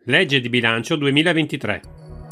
Legge di bilancio 2023.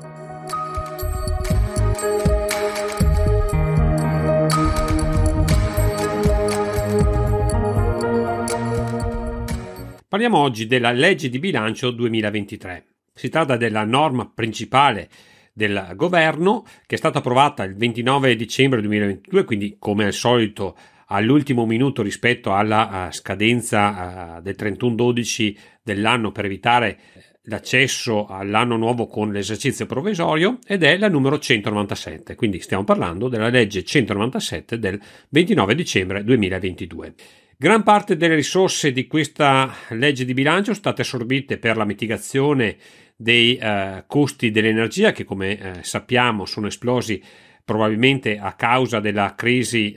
Parliamo oggi della legge di bilancio 2023. Si tratta della norma principale del governo che è stata approvata il 29 dicembre 2022, quindi come al solito all'ultimo minuto rispetto alla scadenza del 31/12 dell'anno per evitare l'accesso all'anno nuovo con l'esercizio provvisorio, ed è la numero 197, quindi stiamo parlando della legge 197 del 29 dicembre 2022. Gran parte delle risorse di questa legge di bilancio sono state assorbite per la mitigazione dei costi dell'energia che, come sappiamo, sono esplosi probabilmente a causa della crisi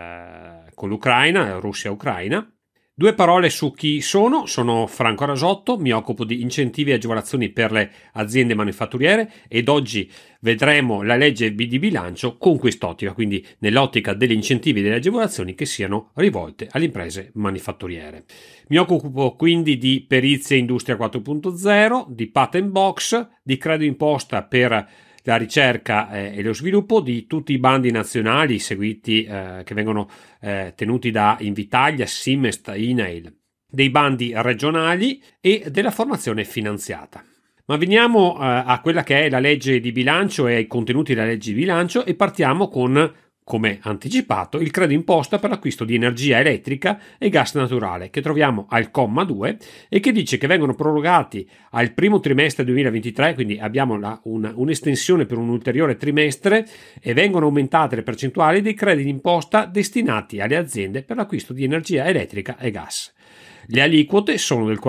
con l'Ucraina, Russia-Ucraina. Due parole su chi sono Franco Rasotto, mi occupo di incentivi e agevolazioni per le aziende manifatturiere ed oggi vedremo la legge di bilancio con quest'ottica, quindi nell'ottica degli incentivi e delle agevolazioni che siano rivolte alle imprese manifatturiere. Mi occupo quindi di perizie industria 4.0, di patent box, di credito d'imposta per la ricerca e lo sviluppo, di tutti i bandi nazionali seguiti che vengono tenuti da Invitalia, Simest, INAIL, dei bandi regionali e della formazione finanziata. Ma veniamo a quella che è la legge di bilancio e ai contenuti della legge di bilancio e partiamo con, come anticipato, il credito d'imposta per l'acquisto di energia elettrica e gas naturale che troviamo al comma 2 e che dice che vengono prorogati al primo trimestre 2023, quindi abbiamo un'estensione per un ulteriore trimestre e vengono aumentate le percentuali dei crediti d'imposta destinati alle aziende per l'acquisto di energia elettrica e gas. Le aliquote sono del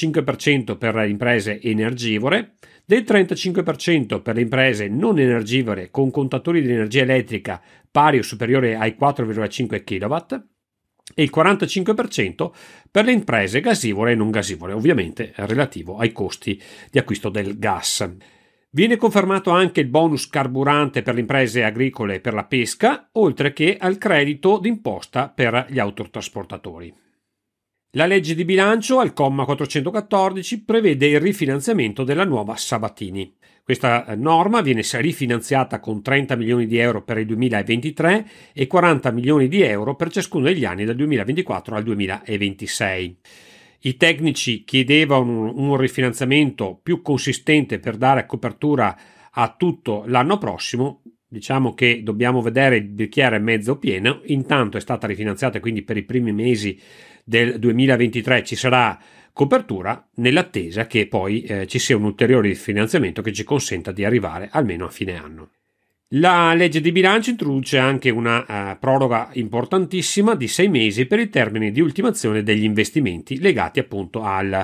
45% per le imprese energivore, del 35% per le imprese non energivore con contatori di energia elettrica pari o superiore ai 4,5 kW e il 45% per le imprese gasivore e non gasivore, ovviamente relativo ai costi di acquisto del gas. Viene confermato anche il bonus carburante per le imprese agricole e per la pesca, oltre che al credito d'imposta per gli autotrasportatori. La legge di bilancio, al comma 414, prevede il rifinanziamento della nuova Sabatini. Questa norma viene rifinanziata con 30 milioni di euro per il 2023 e 40 milioni di euro per ciascuno degli anni dal 2024 al 2026. I tecnici chiedevano un rifinanziamento più consistente per dare copertura a tutto l'anno prossimo. Diciamo che dobbiamo vedere il bicchiere mezzo pieno, intanto è stata rifinanziata, quindi per i primi mesi del 2023 ci sarà copertura nell'attesa che poi ci sia un ulteriore finanziamento che ci consenta di arrivare almeno a fine anno. La legge di bilancio introduce anche una proroga importantissima di 6 mesi per il termine di ultimazione degli investimenti legati appunto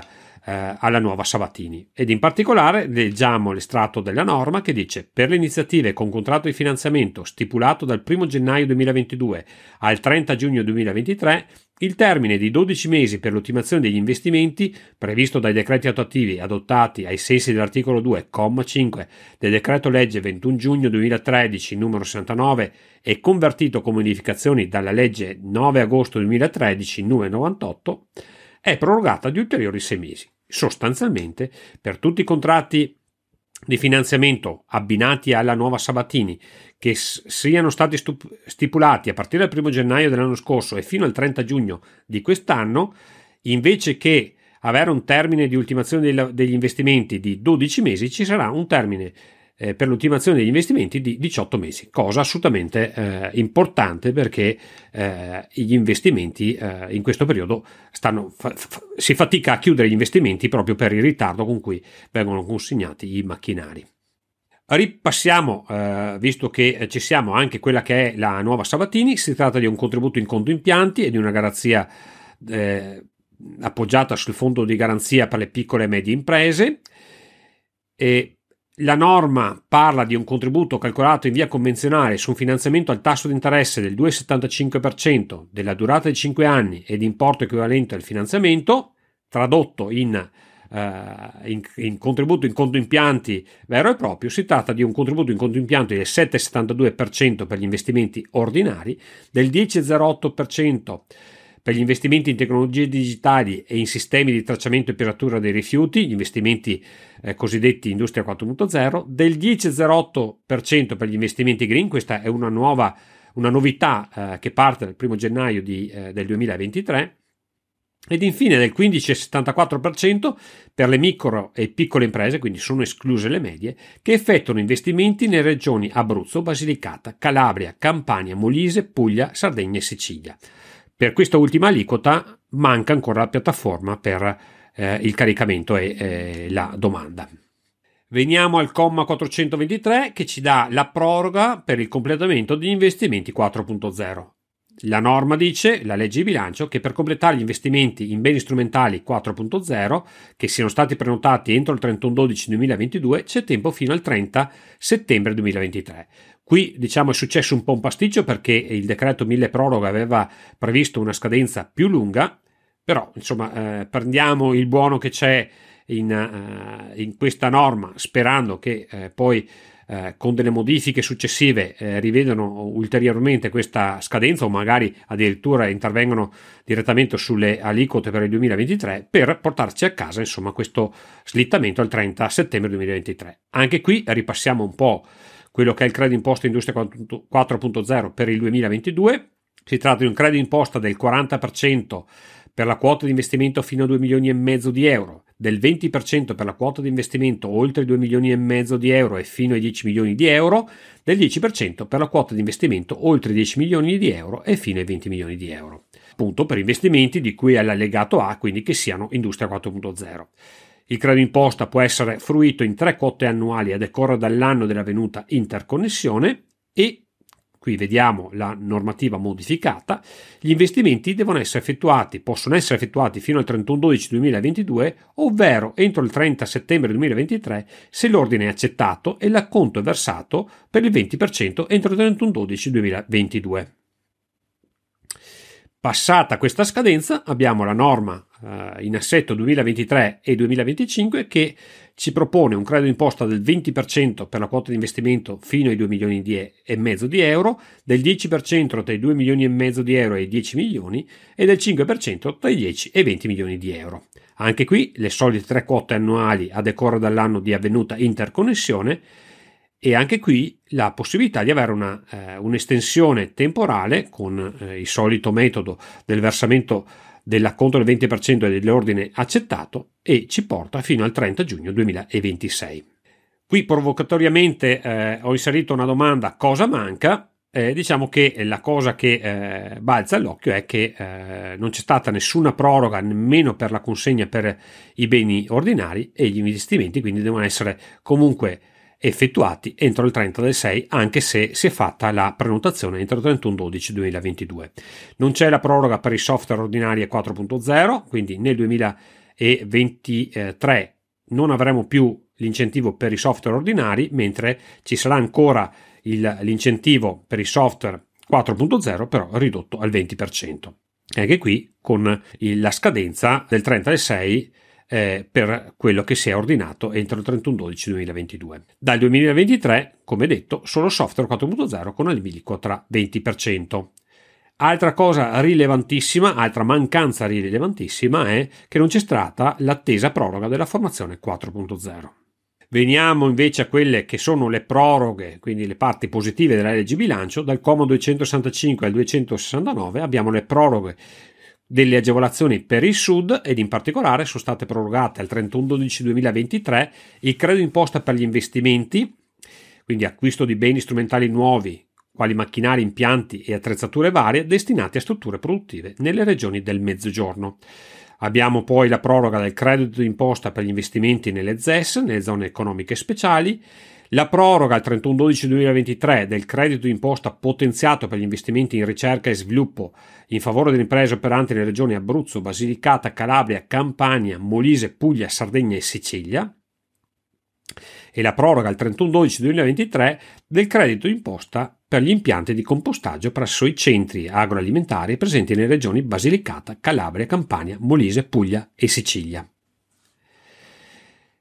alla nuova Sabatini, ed in particolare leggiamo l'estratto della norma che dice: per le iniziative con contratto di finanziamento stipulato dal 1 gennaio 2022 al 30 giugno 2023 il termine di 12 mesi per l'ultimazione degli investimenti previsto dai decreti attuativi adottati ai sensi dell'articolo 2, comma 5 del decreto legge 21 giugno 2013 numero 69 e convertito con modificazioni dalla legge 9 agosto 2013 numero 98 è prorogata di ulteriori 6 mesi. Sostanzialmente, per tutti i contratti di finanziamento abbinati alla nuova Sabatini che siano stati stipulati a partire dal 1 gennaio dell'anno scorso e fino al 30 giugno di quest'anno, invece che avere un termine di ultimazione degli investimenti di 12 mesi, ci sarà un termine per l'ultimazione degli investimenti di 18 mesi, cosa assolutamente importante perché gli investimenti in questo periodo si fatica a chiudere gli investimenti proprio per il ritardo con cui vengono consegnati i macchinari. Ripassiamo, visto che ci siamo, anche quella che è la nuova Sabatini. Si tratta di un contributo in conto impianti e di una garanzia appoggiata sul fondo di garanzia per le piccole e medie imprese. E la norma parla di un contributo calcolato in via convenzionale su un finanziamento al tasso di interesse del 2,75% della durata di 5 anni e di importo equivalente al finanziamento, tradotto in contributo in conto impianti vero e proprio. Si tratta di un contributo in conto impianti del 7,72% per gli investimenti ordinari, del 10,08% per gli investimenti in tecnologie digitali e in sistemi di tracciamento e piratura dei rifiuti, gli investimenti cosiddetti Industria 4.0, del 10,08% per gli investimenti green. Questa è una novità che parte dal 1 gennaio del 2023, ed infine del 15,74% per le micro e piccole imprese, quindi sono escluse le medie, che effettuano investimenti nelle regioni Abruzzo, Basilicata, Calabria, Campania, Molise, Puglia, Sardegna e Sicilia. Per questa ultima aliquota manca ancora la piattaforma per il caricamento e la domanda. Veniamo al comma 423 che ci dà la proroga per il completamento degli investimenti 4.0. La norma dice, la legge di bilancio, che per completare gli investimenti in beni strumentali 4.0 che siano stati prenotati entro il 31/12/2022 c'è tempo fino al 30 settembre 2023. Qui è successo un po' un pasticcio perché il decreto mille proroga aveva previsto una scadenza più lunga, però prendiamo il buono che c'è in questa norma, sperando che poi con delle modifiche successive rivedano ulteriormente questa scadenza o magari addirittura intervengono direttamente sulle aliquote per il 2023 per portarci a casa questo slittamento al 30 settembre 2023. Anche qui ripassiamo un po' quello che è il credito d'imposta Industria 4.0 per il 2022. Si tratta di un credito d'imposta del 40% per la quota di investimento fino a 2 milioni e mezzo di euro, del 20% per la quota di investimento oltre 2 milioni e mezzo di euro e fino ai 10 milioni di euro, del 10% per la quota di investimento oltre 10 milioni di euro e fino ai 20 milioni di euro. Appunto per investimenti di cui è l'allegato A, quindi che siano Industria 4.0. Il credito d'imposta può essere fruito in 3 quote annuali a decorrere dall'anno dell'avvenuta interconnessione e qui vediamo la normativa modificata. Gli investimenti possono essere effettuati fino al 31/12/2022, ovvero entro il 30 settembre 2023 se l'ordine è accettato e l'acconto è versato per il 20% entro il 31/12/2022. Passata questa scadenza abbiamo la norma in assetto 2023 e 2025 che ci propone un credito d'imposta del 20% per la quota di investimento fino ai 2 milioni e mezzo di euro, del 10% tra i 2 milioni e mezzo di euro e i 10 milioni e del 5% tra i 10 e i 20 milioni di euro. Anche qui le solite 3 quote annuali a decorrere dall'anno di avvenuta interconnessione e anche qui la possibilità di avere un'estensione temporale con il solito metodo del versamento dell'acconto del 20% e dell'ordine accettato e ci porta fino al 30 giugno 2026. Qui provocatoriamente ho inserito una domanda: cosa manca? Diciamo che la cosa che balza all'occhio è che non c'è stata nessuna proroga nemmeno per la consegna per i beni ordinari e gli investimenti quindi devono essere comunque effettuati entro il 30/6 anche se si è fatta la prenotazione entro il 31/12/2022. Non c'è la proroga per i software ordinari 4.0, quindi nel 2023 non avremo più l'incentivo per i software ordinari, mentre ci sarà ancora l'incentivo per i software 4.0 però ridotto al 20%. Anche qui con la scadenza del 30/6 per quello che si è ordinato entro il 31/12/2022. Dal 2023, come detto, solo software 4.0 con aliquota 20%. Altra mancanza rilevantissima è che non c'è stata l'attesa proroga della formazione 4.0. Veniamo invece a quelle che sono le proroghe, quindi le parti positive della legge bilancio. Dal comma 265 al 269 abbiamo le proroghe delle agevolazioni per il Sud ed in particolare sono state prorogate al 31/12/2023 il credito d'imposta per gli investimenti, quindi acquisto di beni strumentali nuovi quali macchinari, impianti e attrezzature varie destinati a strutture produttive nelle regioni del Mezzogiorno. Abbiamo poi la proroga del credito d'imposta per gli investimenti nelle ZES, nelle zone economiche speciali, la proroga al 31/12/2023 del credito d'imposta potenziato per gli investimenti in ricerca e sviluppo in favore delle imprese operanti nelle regioni Abruzzo, Basilicata, Calabria, Campania, Molise, Puglia, Sardegna e Sicilia e la proroga al 31/12/2023 del credito d'imposta per gli impianti di compostaggio presso i centri agroalimentari presenti nelle regioni Basilicata, Calabria, Campania, Molise, Puglia e Sicilia.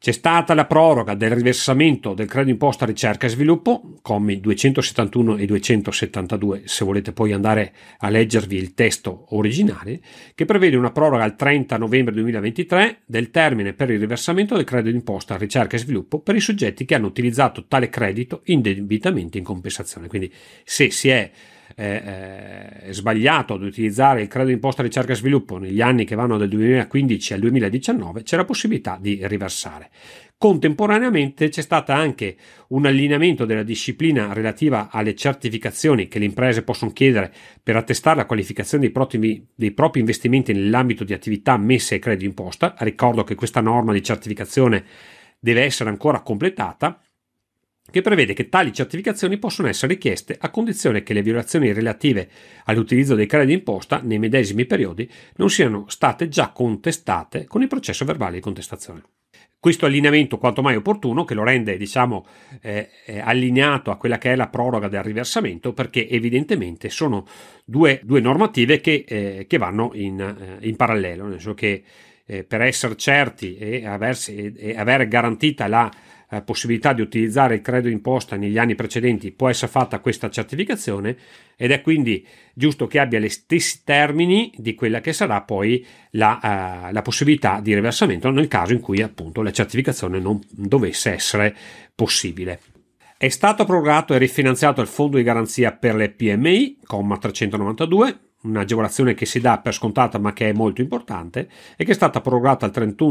C'è stata la proroga del riversamento del credito d'imposta ricerca e sviluppo, commi 271 e 272, se volete poi andare a leggervi il testo originale, che prevede una proroga al 30 novembre 2023 del termine per il riversamento del credito d'imposta ricerca e sviluppo per i soggetti che hanno utilizzato tale credito indebitamente in compensazione. Quindi se si è sbagliato ad utilizzare il credito d'imposta ricerca e sviluppo negli anni che vanno dal 2015 al 2019, c'è la possibilità di riversare. Contemporaneamente c'è stato anche un allineamento della disciplina relativa alle certificazioni che le imprese possono chiedere per attestare la qualificazione dei propri investimenti nell'ambito di attività messe ai crediti d'imposta. Ricordo che questa norma di certificazione deve essere ancora completata, che prevede che tali certificazioni possono essere richieste a condizione che le violazioni relative all'utilizzo dei crediti d'imposta nei medesimi periodi non siano state già contestate con il processo verbale di contestazione. Questo allineamento quanto mai opportuno, che lo rende allineato a quella che è la proroga del riversamento, perché evidentemente sono due normative che vanno in parallelo, nel senso che per essere certi e avere garantita la possibilità di utilizzare il credito d'imposta negli anni precedenti può essere fatta questa certificazione, ed è quindi giusto che abbia gli stessi termini di quella che sarà poi la possibilità di riversamento nel caso in cui appunto la certificazione non dovesse essere possibile. È stato prorogato e rifinanziato il fondo di garanzia per le PMI, comma 392, un'agevolazione che si dà per scontata ma che è molto importante e che è stata prorogata al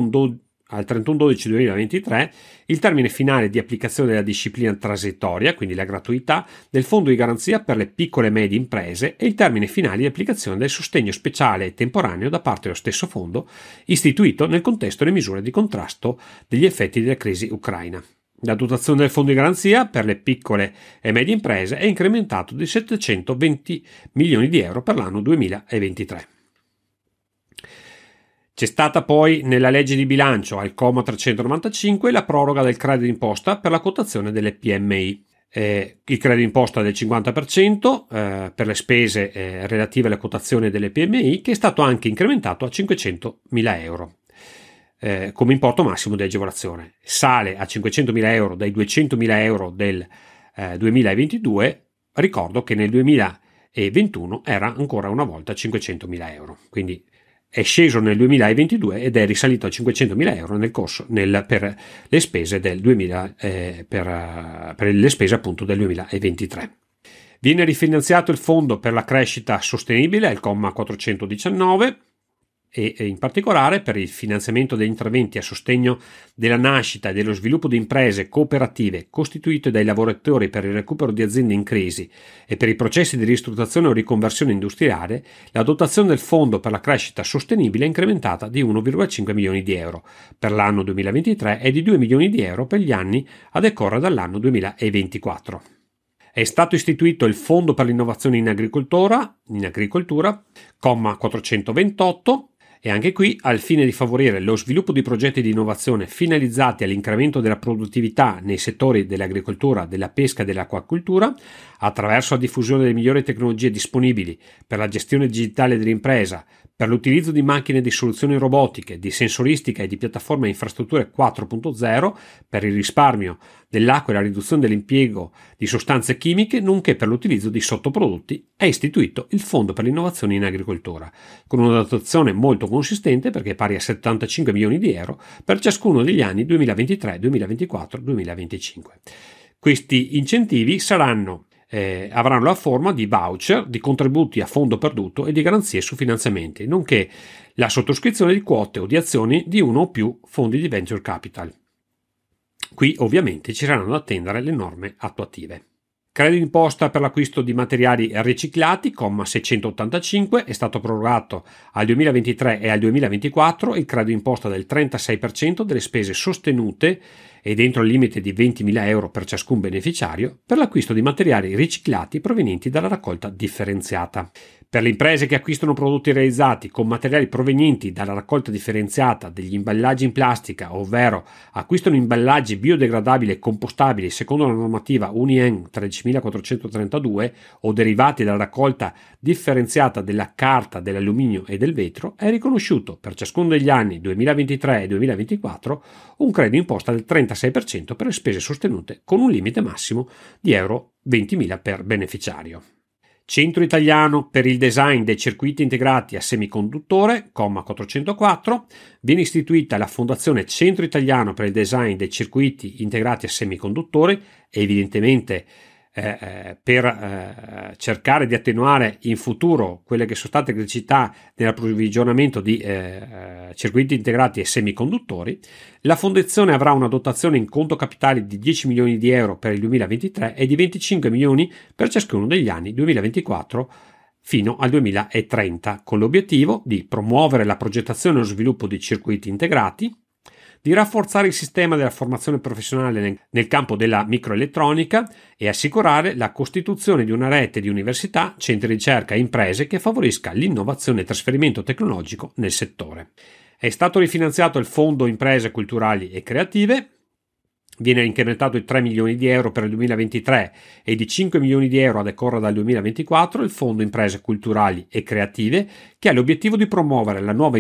31/12/2023 il termine finale di applicazione della disciplina transitoria, quindi la gratuità, del fondo di garanzia per le piccole e medie imprese e il termine finale di applicazione del sostegno speciale e temporaneo da parte dello stesso fondo istituito nel contesto delle misure di contrasto degli effetti della crisi ucraina. La dotazione del fondo di garanzia per le piccole e medie imprese è incrementato di 720 milioni di euro per l'anno 2023. C'è stata poi nella legge di bilancio al comma 395 la proroga del credito d'imposta per la quotazione delle PMI. Il credito d'imposta del 50% per le spese relative alla quotazione delle PMI, che è stato anche incrementato a 500.000 euro. Come importo massimo di agevolazione. Sale a 500.000 euro dai 200.000 euro del 2022. Ricordo che nel 2021 era ancora una volta 500.000 euro. Quindi è sceso nel 2022 ed è risalito a 500.000 euro per le spese del 2000, per le spese appunto del 2023. Viene rifinanziato il fondo per la crescita sostenibile, il comma 419, e in particolare per il finanziamento degli interventi a sostegno della nascita e dello sviluppo di imprese cooperative costituite dai lavoratori per il recupero di aziende in crisi e per i processi di ristrutturazione o riconversione industriale. La dotazione del fondo per la crescita sostenibile è incrementata di 1,5 milioni di euro per l'anno 2023 e di 2 milioni di euro per gli anni a decorrere dall'anno 2024. È stato istituito il Fondo per l'innovazione in agricoltura, comma 428, e anche qui, al fine di favorire lo sviluppo di progetti di innovazione finalizzati all'incremento della produttività nei settori dell'agricoltura, della pesca e dell'acquacoltura, attraverso la diffusione delle migliori tecnologie disponibili per la gestione digitale dell'impresa, per l'utilizzo di macchine di soluzioni robotiche, di sensoristica e di piattaforme e infrastrutture 4.0, per il risparmio dell'acqua e la riduzione dell'impiego di sostanze chimiche, nonché per l'utilizzo di sottoprodotti, è istituito il Fondo per l'innovazione in agricoltura, con una dotazione molto consistente, perché pari a 75 milioni di euro per ciascuno degli anni 2023, 2024, 2025. Questi incentivi avranno la forma di voucher, di contributi a fondo perduto e di garanzie su finanziamenti, nonché la sottoscrizione di quote o di azioni di uno o più fondi di venture capital. Qui ovviamente ci saranno da attendere le norme attuative. Credito d'imposta per l'acquisto di materiali riciclati, comma 685, è stato prorogato al 2023 e al 2024 il credito d'imposta del 36% delle spese sostenute e dentro il limite di 20.000 euro per ciascun beneficiario per l'acquisto di materiali riciclati provenienti dalla raccolta differenziata. Per le imprese che acquistano prodotti realizzati con materiali provenienti dalla raccolta differenziata degli imballaggi in plastica, ovvero acquistano imballaggi biodegradabili e compostabili secondo la normativa UNIEN 13432 o derivati dalla raccolta differenziata della carta, dell'alluminio e del vetro, è riconosciuto per ciascuno degli anni 2023 e 2024 un credito d'imposta del 36% per le spese sostenute con un limite massimo di euro 20.000 per beneficiario. Centro Italiano per il Design dei Circuiti Integrati a Semiconduttore, comma 404, viene istituita la Fondazione Centro Italiano per il Design dei Circuiti Integrati a Semiconduttori, evidentemente per cercare di attenuare in futuro quelle che sono state criticità nell'approvvigionamento di circuiti integrati e semiconduttori. La fondazione avrà una dotazione in conto capitale di 10 milioni di euro per il 2023 e di 25 milioni per ciascuno degli anni 2024 fino al 2030, con l'obiettivo di promuovere la progettazione e lo sviluppo di circuiti integrati, di rafforzare il sistema della formazione professionale nel campo della microelettronica e assicurare la costituzione di una rete di università, centri di ricerca e imprese che favorisca l'innovazione e il trasferimento tecnologico nel settore. È stato rifinanziato il Fondo Imprese Culturali e Creative, viene incrementato di 3 milioni di euro per il 2023 e di 5 milioni di euro a decorrere dal 2024 il Fondo Imprese Culturali e Creative, che ha l'obiettivo di promuovere la nuova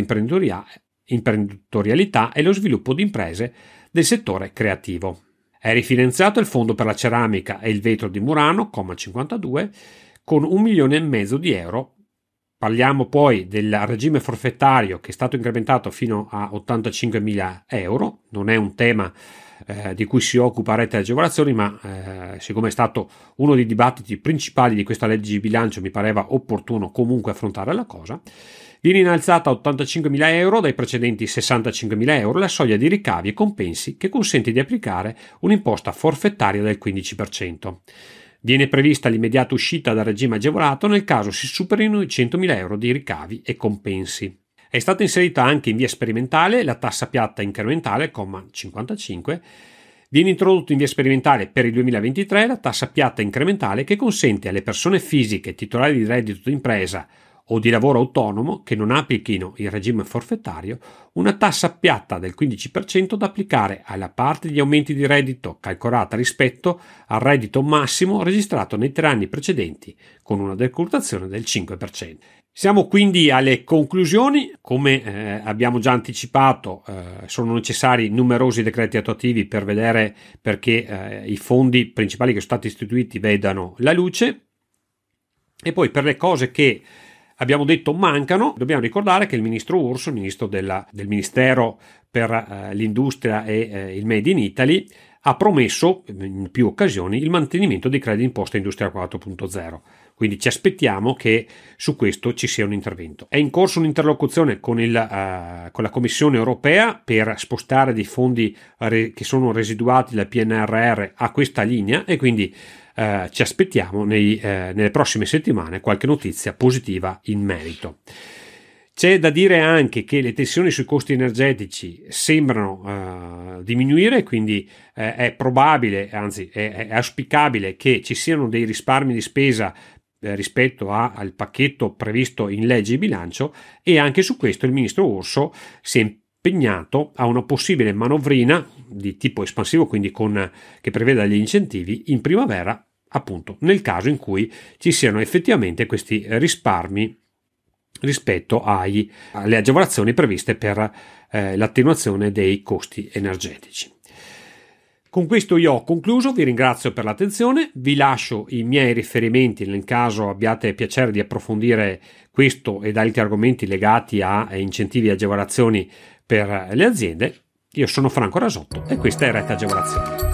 imprenditorialità e lo sviluppo di imprese del settore creativo. È rifinanziato il Fondo per la ceramica e il vetro di Murano, comma 52, con 1,5 milioni di euro. Parliamo poi del regime forfettario che è stato incrementato fino a 85.000 euro. Non è un tema di cui si occupa Rete Agevolazioni, ma siccome è stato uno dei dibattiti principali di questa legge di bilancio, mi pareva opportuno comunque affrontare la cosa. Viene innalzata a 85.000 euro dai precedenti 65.000 euro la soglia di ricavi e compensi che consente di applicare un'imposta forfettaria del 15%. Viene prevista l'immediata uscita dal regime agevolato nel caso si superino i 100.000 euro di ricavi e compensi. È stata inserita anche in via sperimentale la tassa piatta incrementale, comma 55. Viene introdotto in via sperimentale per il 2023 la tassa piatta incrementale che consente alle persone fisiche titolari di reddito d'impresa o di lavoro autonomo che non applichino il regime forfettario una tassa piatta del 15% da applicare alla parte degli aumenti di reddito calcolata rispetto al reddito massimo registrato nei 3 anni precedenti, con una decurtazione del 5%. Siamo quindi alle conclusioni. Come abbiamo già anticipato, sono necessari numerosi decreti attuativi per vedere perché i fondi principali che sono stati istituiti vedano la luce. E poi per le cose che abbiamo detto mancano, dobbiamo ricordare che il ministro Urso, il ministro del Ministero per l'Industria e il Made in Italy, ha promesso in più occasioni il mantenimento dei crediti d'imposta Industria 4.0. Quindi ci aspettiamo che su questo ci sia un intervento. È in corso un'interlocuzione con la Commissione europea per spostare dei fondi che sono residuati dal PNRR a questa linea e quindi ci aspettiamo nelle prossime settimane qualche notizia positiva in merito. C'è da dire anche che le tensioni sui costi energetici sembrano diminuire, quindi è probabile, anzi è auspicabile che ci siano dei risparmi di spesa rispetto al pacchetto previsto in legge di bilancio, e anche su questo il ministro Urso si è impegnato a una possibile manovrina di tipo espansivo, quindi che preveda gli incentivi in primavera, appunto nel caso in cui ci siano effettivamente questi risparmi rispetto alle agevolazioni previste per l'attenuazione dei costi energetici. Con questo io ho concluso, vi ringrazio per l'attenzione, vi lascio i miei riferimenti nel caso abbiate piacere di approfondire questo ed altri argomenti legati a incentivi e agevolazioni per le aziende. Io sono Franco Rasotto e questa è Rete Agevolazioni.